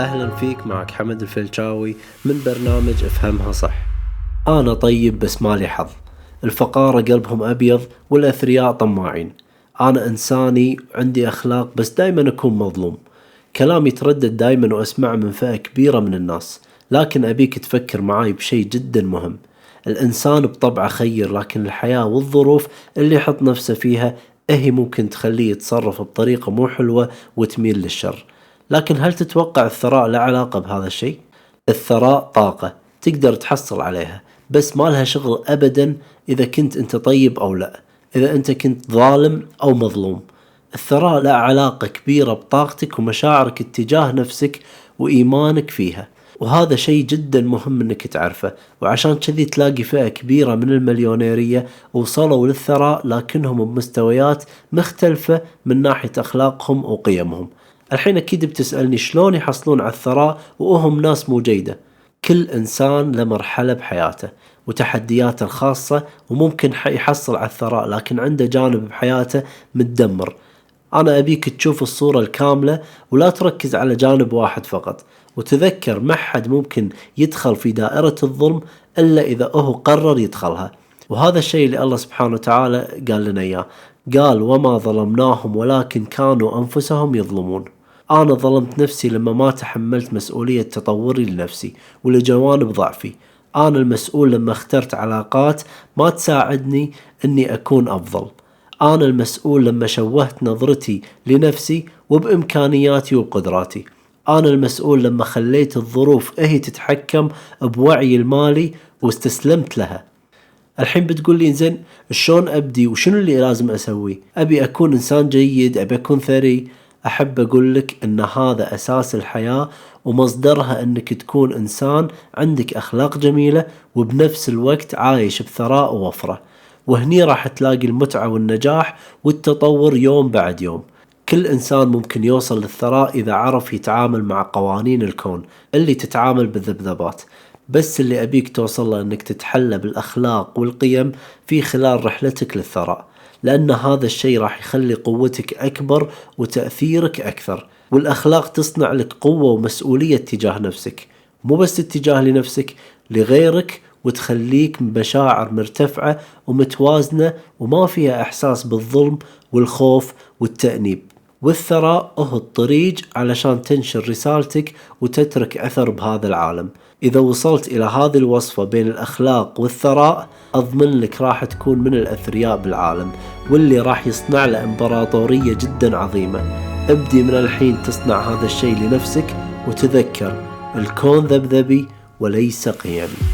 أهلا فيك، معك حمد الفلشاوي من برنامج افهمها صح. أنا طيب بس مالي حظ، الفقارة قلبهم أبيض والأثرياء طماعين. أنا إنساني عندي أخلاق بس دايما أكون مظلوم. كلامي يتردد دايما وأسمع من فئة كبيرة من الناس، لكن أبيك تفكر معاي بشيء جدا مهم. الإنسان بطبعه خير، لكن الحياة والظروف اللي يحط نفسه فيها هي ممكن تخليه يتصرف بطريقة مو حلوة وتميل للشر. لكن هل تتوقع الثراء له علاقة بهذا الشيء؟ الثراء طاقة تقدر تحصل عليها، بس ما لها شغل أبدا إذا كنت أنت طيب أو لا، إذا أنت كنت ظالم أو مظلوم. الثراء له علاقة كبيرة بطاقتك ومشاعرك اتجاه نفسك وإيمانك فيها، وهذا شيء جدا مهم انك تعرفه. وعشان كذي تلاقي فئة كبيرة من المليونيرية وصلوا للثراء لكنهم بمستويات مختلفة من ناحية أخلاقهم وقيمهم. الحين أكيد بتسألني شلون يحصلون على الثراء وهم ناس مو جيدة. كل إنسان له مرحلة بحياته وتحدياته الخاصة، وممكن يحصل على الثراء لكن عنده جانب بحياته متدمر. أنا أبيك تشوف الصورة الكاملة ولا تركز على جانب واحد فقط، وتذكر ما حد ممكن يدخل في دائرة الظلم إلا إذا هو قرر يدخلها. وهذا الشيء اللي الله سبحانه وتعالى قال لنا إياه، قال وما ظلمناهم ولكن كانوا أنفسهم يظلمون. أنا ظلمت نفسي لما ما تحملت مسؤولية تطوري لنفسي ولجوانب ضعفي. أنا المسؤول لما اخترت علاقات ما تساعدني أني أكون أفضل. أنا المسؤول لما شوهت نظرتي لنفسي وبإمكانياتي وقدراتي. أنا المسؤول لما خليت الظروف هي تتحكم بوعي المالي واستسلمت لها. الحين بتقول لي زين شلون أبدي وشنو اللي لازم أسوي؟ أبي أكون إنسان جيد، أبي أكون ثري. أحب أقول لك أن هذا أساس الحياة ومصدرها أنك تكون إنسان عندك أخلاق جميلة وبنفس الوقت عايش بثراء ووفرة، وهني راح تلاقي المتعة والنجاح والتطور يوم بعد يوم. كل إنسان ممكن يوصل للثراء إذا عرف يتعامل مع قوانين الكون اللي تتعامل بالذبذبات. بس اللي أبيك توصل له أنك تتحلى بالأخلاق والقيم في خلال رحلتك للثراء، لأن هذا الشيء راح يخلي قوتك أكبر وتأثيرك أكثر. والأخلاق تصنع لك قوة ومسؤولية تجاه نفسك، مو بس اتجاه لنفسك، لغيرك، وتخليك مشاعر مرتفعة ومتوازنة وما فيها إحساس بالظلم والخوف والتأنيب. والثراء هو الطريق علشان تنشر رسالتك وتترك أثر بهذا العالم. إذا وصلت إلى هذه الوصفة بين الأخلاق والثراء، أضمن لك راح تكون من الأثرياء بالعالم، واللي راح يصنع له إمبراطورية جدا عظيمة. ابدي من الحين تصنع هذا الشيء لنفسك، وتذكر الكون ذبذبي وليس قيمي.